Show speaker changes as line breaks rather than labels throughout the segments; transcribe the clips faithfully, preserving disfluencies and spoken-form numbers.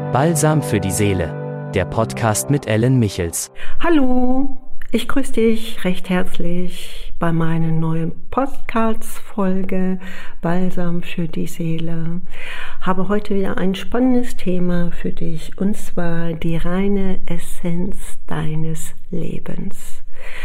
Balsam für die Seele, der Podcast mit Ellen Michels.
Hallo, ich grüße dich recht herzlich bei meiner neuen Podcast-Folge Balsam für die Seele. Habe heute wieder ein spannendes Thema für dich, und zwar die reine Essenz deines Lebens.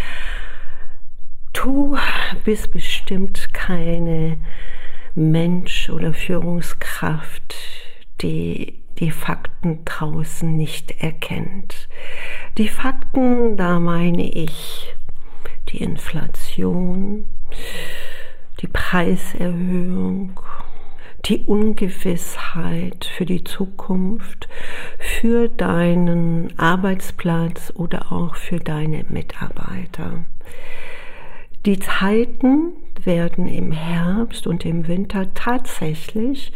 Du bist bestimmt keine Mensch oder Führungskraft, die die Fakten draußen nicht erkennt. Die Fakten, da meine ich die Inflation, die Preiserhöhung, die Ungewissheit für die Zukunft, für deinen Arbeitsplatz oder auch für deine Mitarbeiter. Die Zeiten werden im Herbst und im Winter tatsächlich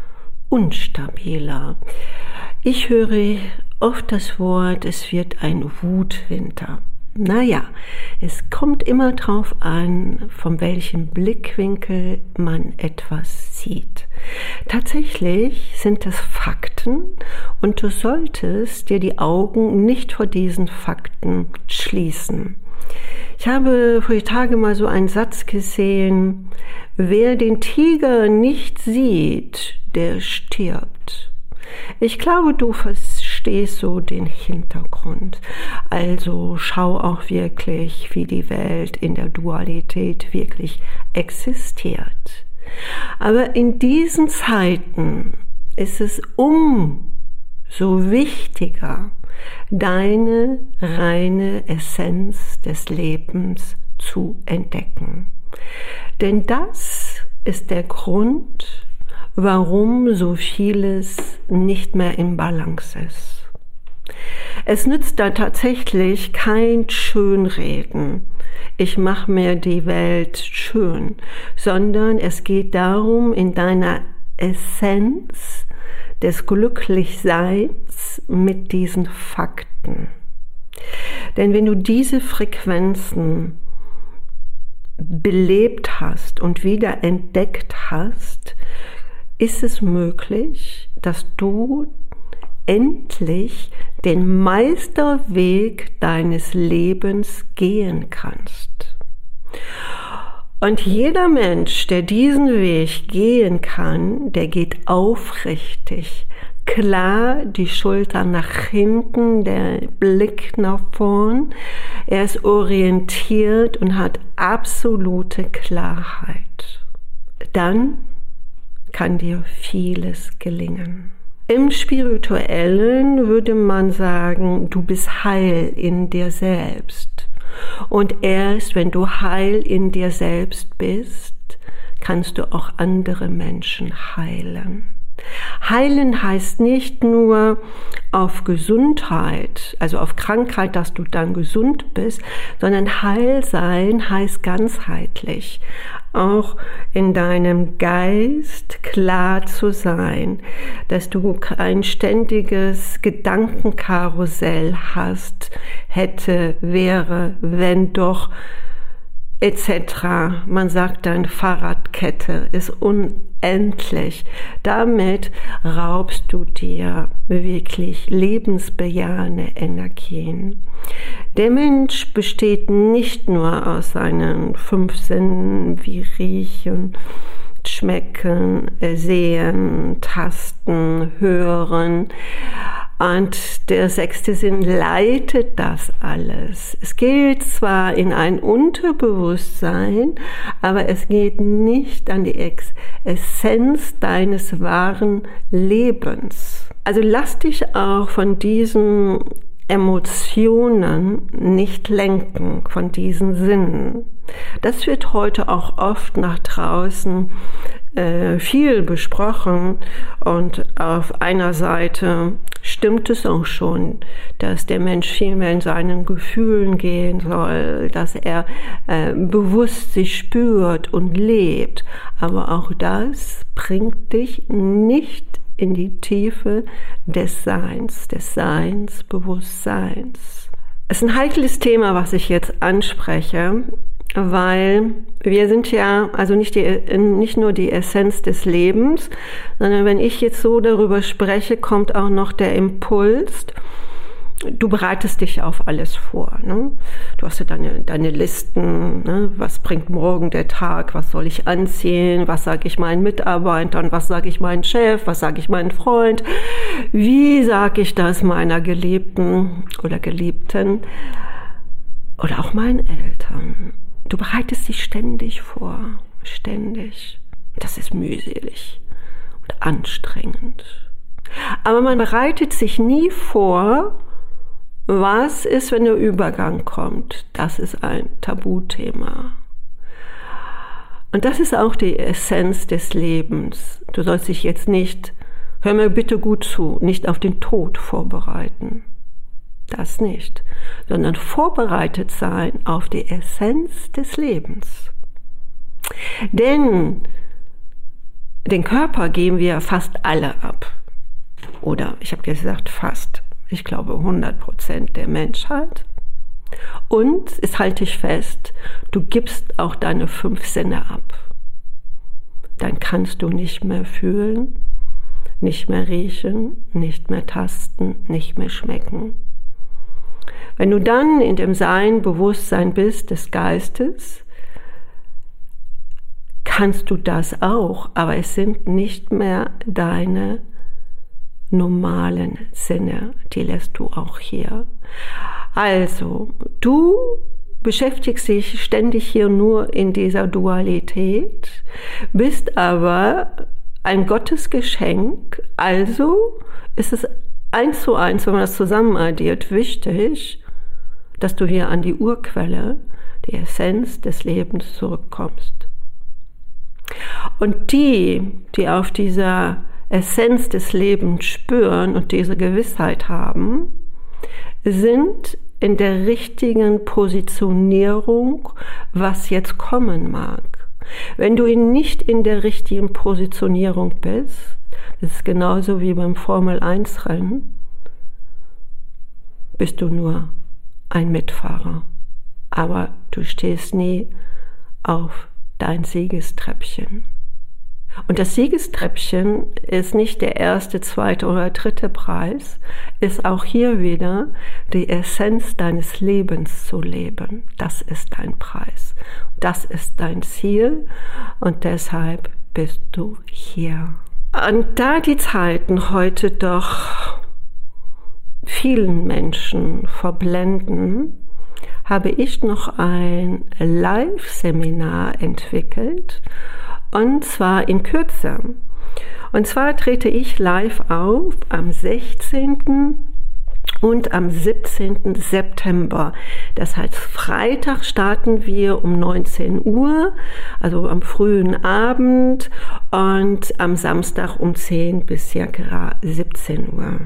unstabiler. Ich höre oft das Wort, es wird ein Wutwinter. Naja, es kommt immer darauf an, von welchem Blickwinkel man etwas sieht. Tatsächlich sind es Fakten, und du solltest dir die Augen nicht vor diesen Fakten schließen. Ich habe vor Tagen mal so einen Satz gesehen: Wer den Tiger nicht sieht, der stirbt. Ich glaube, du verstehst so den Hintergrund. Also schau auch wirklich, wie die Welt in der Dualität wirklich existiert. Aber in diesen Zeiten ist es umso wichtiger, deine reine Essenz des Lebens zu entdecken. Denn das ist der Grund, warum so vieles nicht mehr in Balance ist. Es nützt da tatsächlich kein Schönreden, ich mache mir die Welt schön, sondern es geht darum, in deiner Essenz des Glücklichseins mit diesen Fakten. Denn wenn du diese Frequenzen belebt hast und wieder entdeckt hast, ist es möglich, dass du endlich den Meisterweg deines Lebens gehen kannst. Und jeder Mensch, der diesen Weg gehen kann, der geht aufrichtig, klar, die Schultern nach hinten, der Blick nach vorn. Er ist orientiert und hat absolute Klarheit. Dann kann dir vieles gelingen. Im Spirituellen würde man sagen, du bist heil in dir selbst. Und erst wenn du heil in dir selbst bist, kannst du auch andere Menschen heilen. Heilen heißt nicht nur auf Gesundheit, also auf Krankheit, dass du dann gesund bist, sondern heil sein heißt ganzheitlich. Auch in deinem Geist klar zu sein, dass du ein ständiges Gedankenkarussell hast, hätte, wäre, wenn doch, et cetera. Man sagt dann, Fahrradkette ist unendlich. Damit raubst du dir wirklich lebensbejahende Energien. Der Mensch besteht nicht nur aus seinen fünf Sinnen wie Riechen, Schmecken, Sehen, Tasten, Hören. Und der sechste Sinn leitet das alles. Es geht zwar in ein Unterbewusstsein, aber es geht nicht an die Essenz deines wahren Lebens. Also lass dich auch von diesen Emotionen nicht lenken, von diesen Sinnen. Das wird heute auch oft nach draußen äh, viel besprochen, und auf einer Seite stimmt es auch schon, dass der Mensch viel mehr in seinen Gefühlen gehen soll, dass er äh, bewusst sich spürt und lebt, aber auch das bringt dich nicht in die Tiefe des Seins, des Seinsbewusstseins. Es ist ein heikles Thema, was ich jetzt anspreche, weil wir sind ja also nicht, die, nicht nur die Essenz des Lebens, sondern wenn ich jetzt so darüber spreche, kommt auch noch der Impuls, du bereitest dich auf alles vor. Ne? Du hast ja deine, deine Listen, ne? Was bringt morgen der Tag, was soll ich anziehen, was sage ich meinen Mitarbeitern, was sage ich meinem Chef, was sage ich meinem Freund, wie sage ich das meiner Geliebten oder Geliebten oder auch meinen Eltern. Du bereitest dich ständig vor, ständig. Das ist mühselig und anstrengend. Aber man bereitet sich nie vor, was ist, wenn der Übergang kommt? Das ist ein Tabuthema. Und das ist auch die Essenz des Lebens. Du sollst dich jetzt nicht, hör mir bitte gut zu, nicht auf den Tod vorbereiten. Das nicht. Sondern vorbereitet sein auf die Essenz des Lebens. Denn den Körper geben wir fast alle ab. Oder, ich habe gesagt, fast. Ich glaube, hundert Prozent der Menschheit. Und, es halte ich fest, du gibst auch deine fünf Sinne ab. Dann kannst du nicht mehr fühlen, nicht mehr riechen, nicht mehr tasten, nicht mehr schmecken. Wenn du dann in dem Sein, Bewusstsein bist des Geistes, kannst du das auch, aber es sind nicht mehr deine normalen Sinne, die lässt du auch hier. Also, du beschäftigst dich ständig hier nur in dieser Dualität, bist aber ein Gottesgeschenk, also ist es eins zu eins, wenn man das zusammenaddiert, wichtig, dass du hier an die Urquelle, die Essenz des Lebens zurückkommst. Und die, die auf dieser Essenz des Lebens spüren und diese Gewissheit haben, sind in der richtigen Positionierung, was jetzt kommen mag. Wenn du nicht in der richtigen Positionierung bist, das ist genauso wie beim Formel eins Rennen, bist du nur ein Mitfahrer. Aber du stehst nie auf dein Siegestreppchen. Und das Siegestreppchen ist nicht der erste, zweite oder dritte Preis, ist auch hier wieder die Essenz deines Lebens zu leben. Das ist dein Preis. Das ist dein Ziel und deshalb bist du hier. Und da die Zeiten heute doch vielen Menschen verblenden, habe ich noch ein Live-Seminar entwickelt, und zwar in Kürze. Und zwar trete ich live auf am sechzehnten und am siebzehnten September. Das heißt, Freitag starten wir um neunzehn Uhr, also am frühen Abend, und am Samstag um zehn bis circa siebzehn Uhr.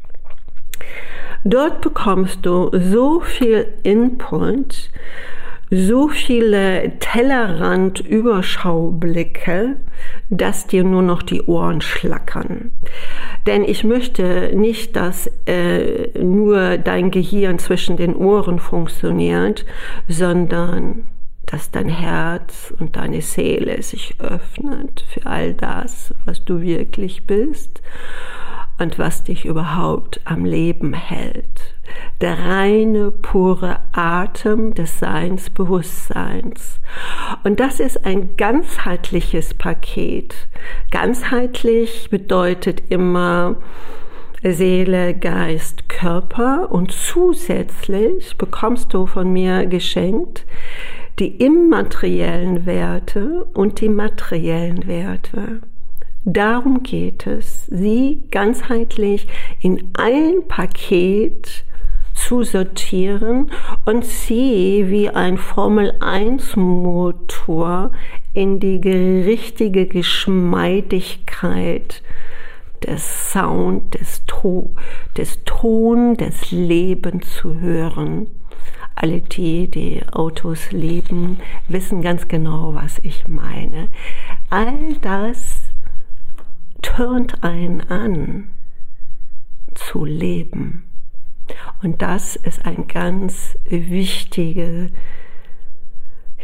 Dort bekommst du so viel Input, so viele Tellerrand-Überschaublicke, dass dir nur noch die Ohren schlackern. Denn ich möchte nicht, dass äh, nur dein Gehirn zwischen den Ohren funktioniert, sondern dass dein Herz und deine Seele sich öffnet für all das, was du wirklich bist und was dich überhaupt am Leben hält. Der reine, pure Atem des Seins, Bewusstseins. Und das ist ein ganzheitliches Paket. Ganzheitlich bedeutet immer Seele, Geist, Körper, und zusätzlich bekommst du von mir geschenkt die immateriellen Werte und die materiellen Werte. Darum geht es, sie ganzheitlich in ein Paket zu sortieren und sie wie ein Formel eins Motor in die richtige Geschmeidigkeit des Sound, des, to- des Ton, des Lebens zu hören. Alle die, die Autos lieben, wissen ganz genau, was ich meine. All das turnt einen an, zu leben. Und das ist ein ganz wichtiger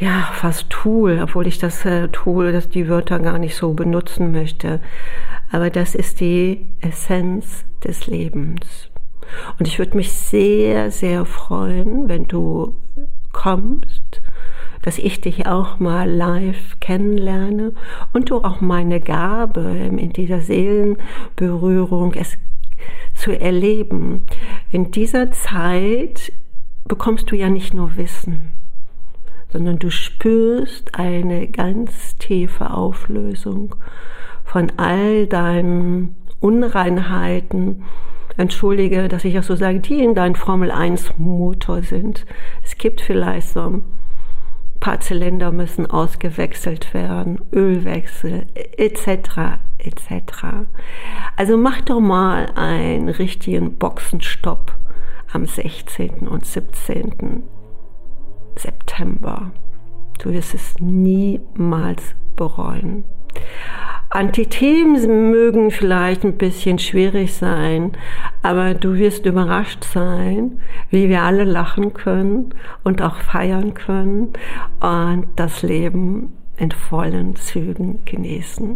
ja, fast Tool, obwohl ich das äh, Tool, dass die Wörter gar nicht so benutzen möchte. Aber das ist die Essenz des Lebens. Und ich würde mich sehr, sehr freuen, wenn du kommst, dass ich dich auch mal live kennenlerne und du auch meine Gabe in dieser Seelenberührung es zu erleben. In dieser Zeit bekommst du ja nicht nur Wissen, sondern du spürst eine ganz tiefe Auflösung von all deinen Unreinheiten. Entschuldige, dass ich auch so sage, die in deinem Formel eins Motor sind. Es gibt vielleicht so ein paar Zylinder müssen ausgewechselt werden, Ölwechsel et cetera et cetera. Also mach doch mal einen richtigen Boxenstopp am sechzehnten und siebzehnten September. Du wirst es niemals bereuen. Antithemen mögen vielleicht ein bisschen schwierig sein, aber du wirst überrascht sein, wie wir alle lachen können und auch feiern können und das Leben in vollen Zügen genießen.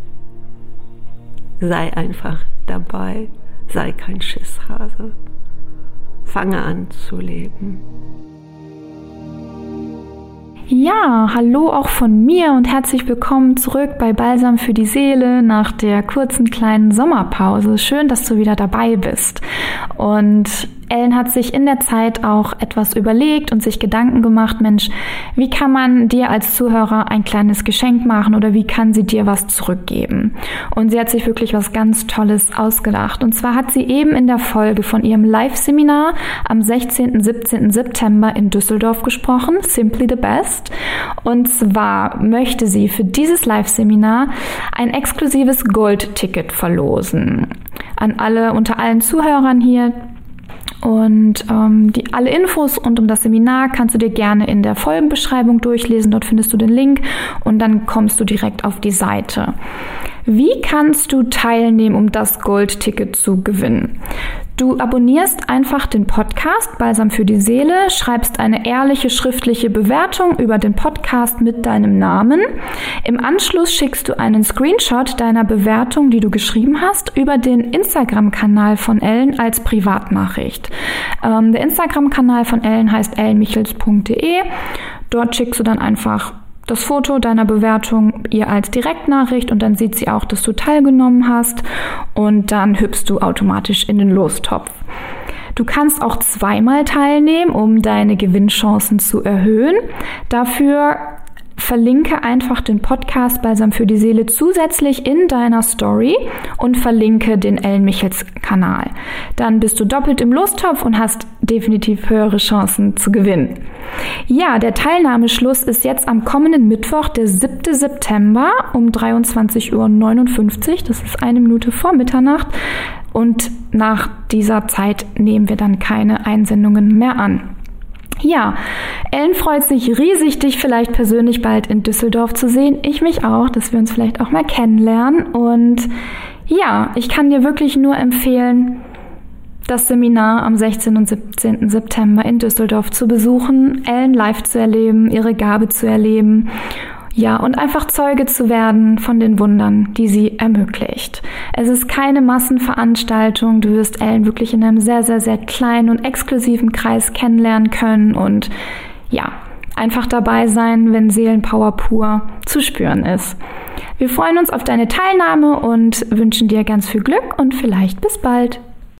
Sei einfach dabei, sei kein Schisshase. Fange an zu leben.
Ja, hallo auch von mir und herzlich willkommen zurück bei Balsam für die Seele nach der kurzen kleinen Sommerpause. Schön, dass du wieder dabei bist. Und Ellen hat sich in der Zeit auch etwas überlegt und sich Gedanken gemacht, Mensch, wie kann man dir als Zuhörer ein kleines Geschenk machen oder wie kann sie dir was zurückgeben? Und sie hat sich wirklich was ganz Tolles ausgedacht. Und zwar hat sie eben in der Folge von ihrem Live-Seminar am sechzehnten und siebzehnten September in Düsseldorf gesprochen, Simply the Best. Und zwar möchte sie für dieses Live-Seminar ein exklusives Gold-Ticket verlosen. An alle, unter allen Zuhörern hier. Und ähm, die, alle Infos rund um das Seminar kannst du dir gerne in der Folgenbeschreibung durchlesen. Dort findest du den Link und dann kommst du direkt auf die Seite. Wie kannst du teilnehmen, um das Gold-Ticket zu gewinnen? Du abonnierst einfach den Podcast Balsam für die Seele, schreibst eine ehrliche schriftliche Bewertung über den Podcast mit deinem Namen. Im Anschluss schickst du einen Screenshot deiner Bewertung, die du geschrieben hast, über den Instagram-Kanal von Ellen als Privatnachricht. Ähm, der Instagram-Kanal von Ellen heißt ellenmichels punkt de. Dort schickst du dann einfach das Foto deiner Bewertung ihr als Direktnachricht und dann sieht sie auch, dass du teilgenommen hast und dann hüpfst du automatisch in den Lostopf. Du kannst auch zweimal teilnehmen, um deine Gewinnchancen zu erhöhen. Dafür verlinke einfach den Podcast Balsam für die Seele zusätzlich in deiner Story und verlinke den Ellen Michels Kanal. Dann bist du doppelt im Lostopf und hast definitiv höhere Chancen zu gewinnen. Ja, der Teilnahmeschluss ist jetzt am kommenden Mittwoch, der siebten September um dreiundzwanzig Uhr neunundfünfzig. Das ist eine Minute vor Mitternacht. Und nach dieser Zeit nehmen wir dann keine Einsendungen mehr an. Ja, Ellen freut sich riesig, dich vielleicht persönlich bald in Düsseldorf zu sehen. Ich mich auch, dass wir uns vielleicht auch mal kennenlernen. Und ja, ich kann dir wirklich nur empfehlen, das Seminar am sechzehnten und siebzehnten September in Düsseldorf zu besuchen, Ellen live zu erleben, ihre Gabe zu erleben. Ja, und einfach Zeuge zu werden von den Wundern, die sie ermöglicht. Es ist keine Massenveranstaltung. Du wirst Ellen wirklich in einem sehr, sehr, sehr kleinen und exklusiven Kreis kennenlernen können und ja, einfach dabei sein, wenn Seelenpower pur zu spüren ist. Wir freuen uns auf deine Teilnahme und wünschen dir ganz viel Glück und vielleicht bis bald.